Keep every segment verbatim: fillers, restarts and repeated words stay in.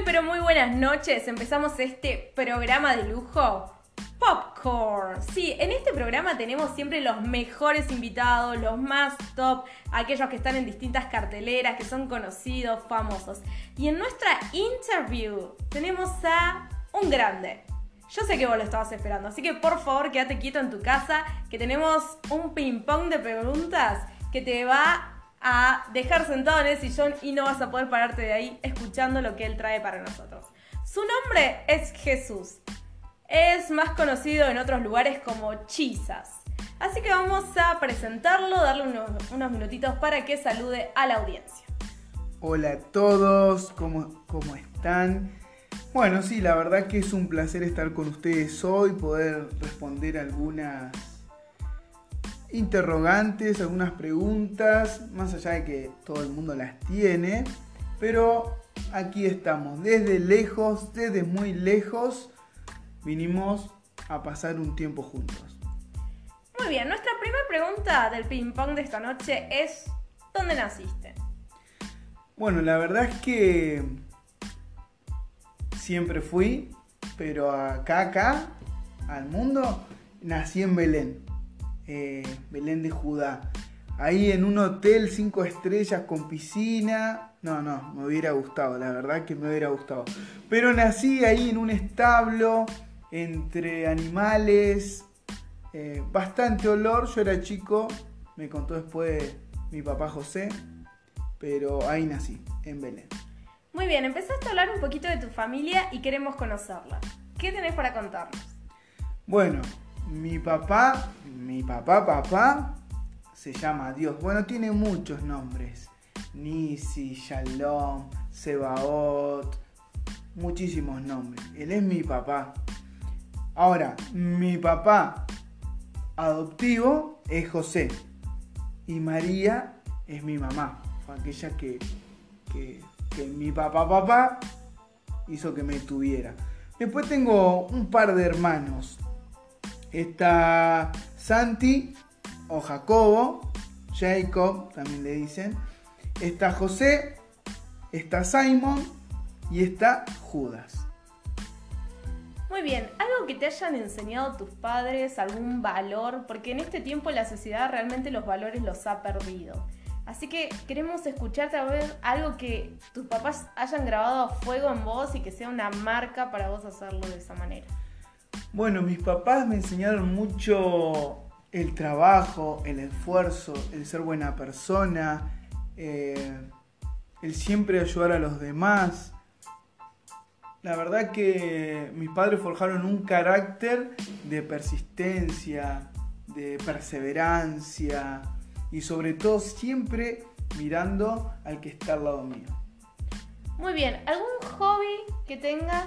pero muy buenas noches. Empezamos este programa de lujo, Popcorn. Sí, en este programa tenemos siempre los mejores invitados, los más top, aquellos que están en distintas carteleras, que son conocidos, famosos. Y en nuestra interview tenemos a un grande. Yo sé que vos lo estabas esperando, así que por favor quédate quieto en tu casa, que tenemos un ping pong de preguntas que te va a dejar sentado en el sillón y no vas a poder pararte de ahí escuchando lo que él trae para nosotros. Su nombre es Jesús. Es más conocido en otros lugares como Chisas. Así que vamos a presentarlo, darle unos, unos minutitos para que salude a la audiencia. Hola a todos, ¿cómo, cómo están? Bueno, sí, la verdad que es un placer estar con ustedes hoy, poder responder algunas interrogantes, algunas preguntas, más allá de que todo el mundo las tiene, pero aquí estamos, desde lejos, desde muy lejos, vinimos a pasar un tiempo juntos. Muy bien, nuestra primera pregunta del ping pong de esta noche es: ¿dónde naciste? Bueno, la verdad es que siempre fui, pero acá, acá, al mundo, nací en Belén. Eh, Belén de Judá, ahí en un hotel cinco estrellas con piscina. No, no, me hubiera gustado, la verdad que me hubiera gustado, pero nací ahí en un establo entre animales, eh, bastante olor. Yo era chico, me contó después mi papá José, pero ahí nací, en Belén. Muy bien, empezaste a hablar un poquito de tu familia y queremos conocerla. ¿Qué tenés para contarnos? Bueno, mi papá, mi papá, papá, se llama Dios. Bueno, tiene muchos nombres. Nisi, Shalom, Sebaot, muchísimos nombres. Él es mi papá. Ahora, mi papá adoptivo es José. Y María es mi mamá. Fue aquella que, que, que mi papá, papá, hizo que me tuviera. Después tengo un par de hermanos. Está Santi o Jacobo, Jacob también le dicen. Está José, está Simon y está Judas. Muy bien, algo que te hayan enseñado tus padres, algún valor, porque en este tiempo la sociedad realmente los valores los ha perdido. Así que queremos escucharte a ver algo que tus papás hayan grabado a fuego en vos y que sea una marca para vos hacerlo de esa manera. Bueno, mis papás me enseñaron mucho el trabajo, el esfuerzo, el ser buena persona, eh, el siempre ayudar a los demás. La verdad que mis padres forjaron un carácter de persistencia, de perseverancia y sobre todo siempre mirando al que está al lado mío. Muy bien, ¿algún hobby que tengas?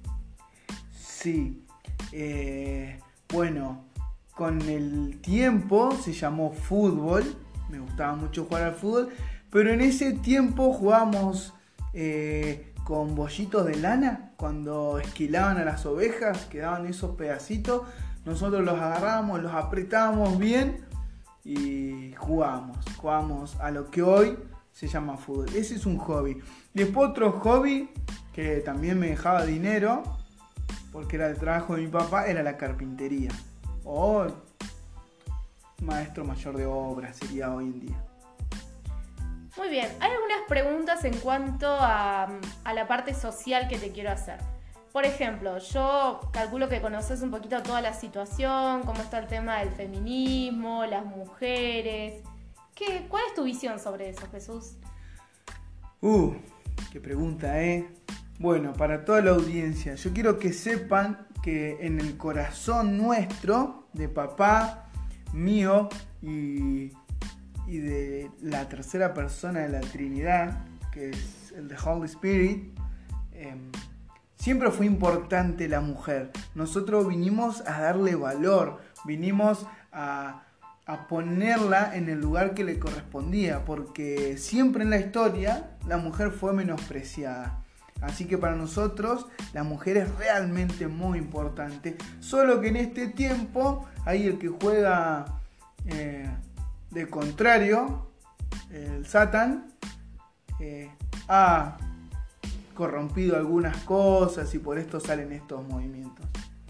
Sí. Eh, bueno, con el tiempo se llamó fútbol. Me gustaba mucho jugar al fútbol, pero en ese tiempo jugábamos eh, con bollitos de lana. Cuando esquilaban a las ovejas, quedaban esos pedacitos. Nosotros los agarrábamos, los apretábamos bien y jugábamos. Jugábamos a lo que hoy se llama fútbol. Ese es un hobby. Después otro hobby que también me dejaba dinero, porque era el trabajo de mi papá, era la carpintería. O maestro mayor de obra sería hoy en día. Muy bien, hay algunas preguntas en cuanto a, a la parte social que te quiero hacer. Por ejemplo, yo calculo que conoces un poquito toda la situación, cómo está el tema del feminismo, las mujeres. ¿Qué, ¿Cuál es tu visión sobre eso, Jesús? Uh, qué pregunta, ¿eh? Bueno, para toda la audiencia, yo quiero que sepan que en el corazón nuestro, de papá, mío y, y de la tercera persona de la Trinidad, que es el de Holy Spirit, eh, siempre fue importante la mujer. Nosotros vinimos a darle valor, vinimos a, a ponerla en el lugar que le correspondía, porque siempre en la historia la mujer fue menospreciada. Así que para nosotros la mujer es realmente muy importante. Solo que en este tiempo hay el que juega eh, de contrario, el Satán, eh, ha corrompido algunas cosas y por esto salen estos movimientos.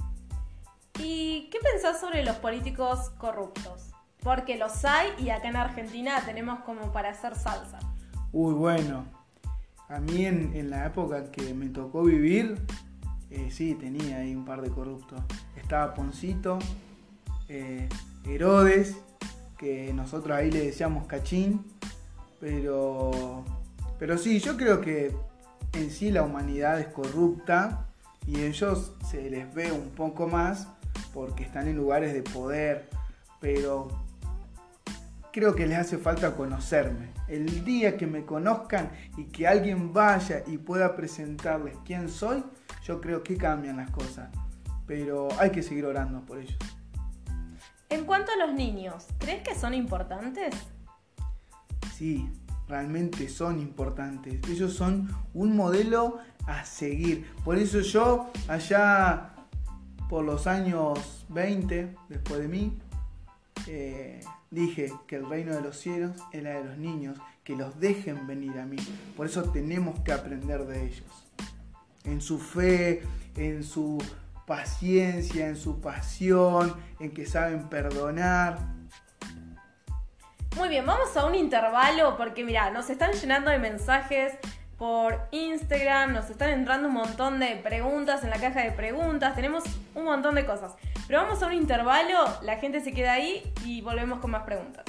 ¿Y qué pensás sobre los políticos corruptos? Porque los hay y acá en Argentina tenemos como para hacer salsa. Uy, bueno, a mí en, en la época que me tocó vivir, eh, sí, tenía ahí un par de corruptos. Estaba Poncito, eh, Herodes, que nosotros ahí le decíamos Cachín, pero, pero sí, yo creo que en sí la humanidad es corrupta y ellos se les ve un poco más porque están en lugares de poder, pero creo que les hace falta conocerme. El día que me conozcan y que alguien vaya y pueda presentarles quién soy, yo creo que cambian las cosas, pero hay que seguir orando por ellos. En cuanto a los niños, ¿crees que son importantes? Sí, realmente son importantes. Ellos son un modelo a seguir. Por eso yo, allá por los años veinte, después de mí, eh, dije que el reino de los cielos era de los niños, que los dejen venir a mí. Por eso tenemos que aprender de ellos. En su fe, en su paciencia, en su pasión, en que saben perdonar. Muy bien, vamos a un intervalo porque mirá, nos están llenando de mensajes por Instagram, nos están entrando un montón de preguntas en la caja de preguntas, tenemos un montón de cosas. Pero vamos a un intervalo, la gente se queda ahí y volvemos con más preguntas.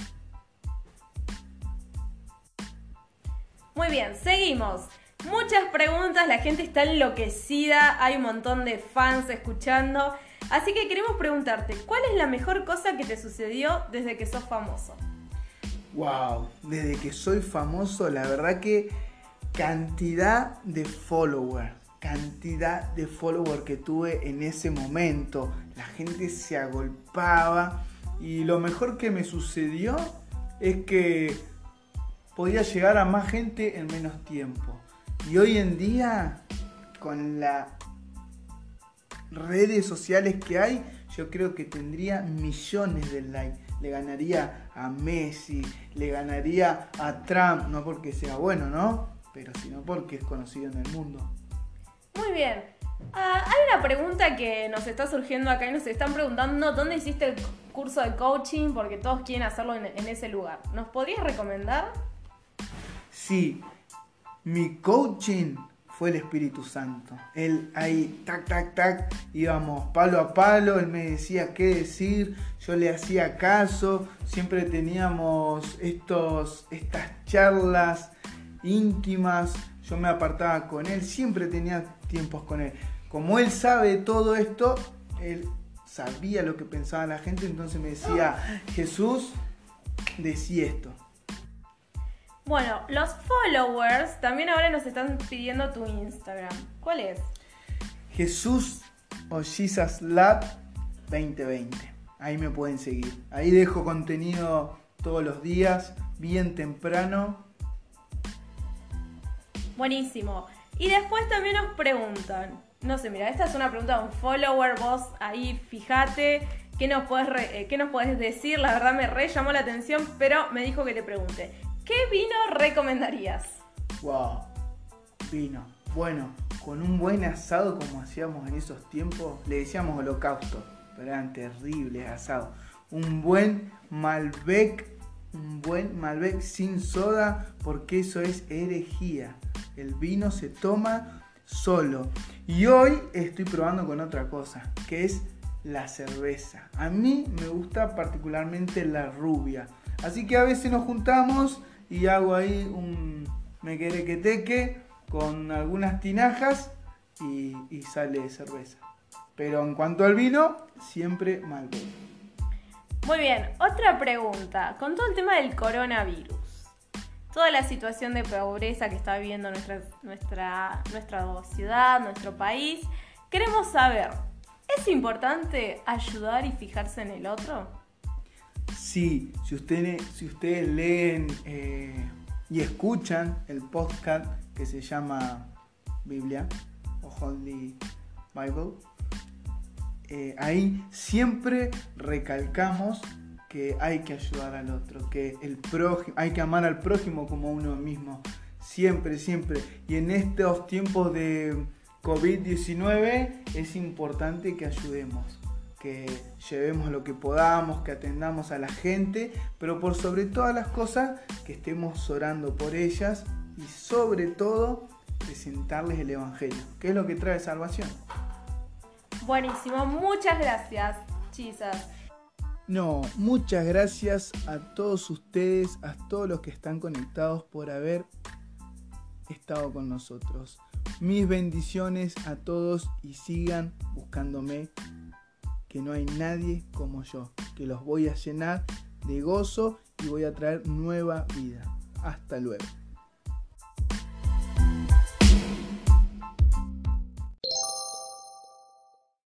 Muy bien, seguimos. Muchas preguntas, la gente está enloquecida, hay un montón de fans escuchando. Así que queremos preguntarte, ¿cuál es la mejor cosa que te sucedió desde que sos famoso? Wow, desde que soy famoso, la verdad que cantidad de followers, cantidad de followers que tuve en ese momento. La gente se agolpaba y lo mejor que me sucedió es que podía llegar a más gente en menos tiempo. Y hoy en día, con las redes sociales que hay, yo creo que tendría millones de likes. Le ganaría a Messi, le ganaría a Trump, no porque sea bueno, ¿no? Pero sino porque es conocido en el mundo. Muy bien. Ah, hay una pregunta que nos está surgiendo acá y nos están preguntando ¿dónde hiciste el curso de coaching? Porque todos quieren hacerlo en, en ese lugar. ¿Nos podrías recomendar? Sí, mi coaching fue el Espíritu Santo. Él ahí, tac, tac, tac, íbamos palo a palo, él me decía qué decir, yo le hacía caso, siempre teníamos estos, estas charlas íntimas, yo me apartaba con él, siempre tenía tiempos con él. Como él sabe todo esto, él sabía lo que pensaba la gente, entonces me decía, Jesús, decí esto. Bueno, los followers también ahora nos están pidiendo tu Instagram. ¿Cuál es? Jesús o Jesus Lab veinte veinte. Ahí me pueden seguir. Ahí dejo contenido todos los días, bien temprano. Buenísimo. Y después también nos preguntan, no sé, mira, esta es una pregunta de un follower, vos ahí fíjate qué nos podés, re, qué nos podés decir, la verdad me re llamó la atención, pero me dijo que te pregunte, ¿qué vino recomendarías? Wow, vino. Bueno, con un buen asado como hacíamos en esos tiempos, le decíamos holocausto, pero eran terribles asados. Un buen Malbec, un buen Malbec sin soda, porque eso es herejía. El vino se toma solo. Y hoy estoy probando con otra cosa, que es la cerveza. A mí me gusta particularmente la rubia. Así que a veces nos juntamos y hago ahí un mequerequeteque con algunas tinajas y, y sale cerveza. Pero en cuanto al vino, siempre Malbec. Muy bien, otra pregunta. Con todo el tema del coronavirus, toda la situación de pobreza que está viviendo nuestra, nuestra, nuestra ciudad, nuestro país, queremos saber, ¿es importante ayudar y fijarse en el otro? Sí, si ustedes, si ustedes leen eh, y escuchan el podcast que se llama Biblia o Holy Bible, eh, ahí siempre recalcamos que hay que ayudar al otro, que el prójimo, hay que amar al prójimo como a uno mismo. Siempre, siempre. Y en estos tiempos de covid diecinueve es importante que ayudemos, que llevemos lo que podamos, que atendamos a la gente, pero por sobre todas las cosas que estemos orando por ellas y sobre todo presentarles el Evangelio, que es lo que trae salvación. Buenísimo, muchas gracias, Chisas. No, muchas gracias a todos ustedes, a todos los que están conectados por haber estado con nosotros. Mis bendiciones a todos y sigan buscándome, que no hay nadie como yo, que los voy a llenar de gozo y voy a traer nueva vida. Hasta luego.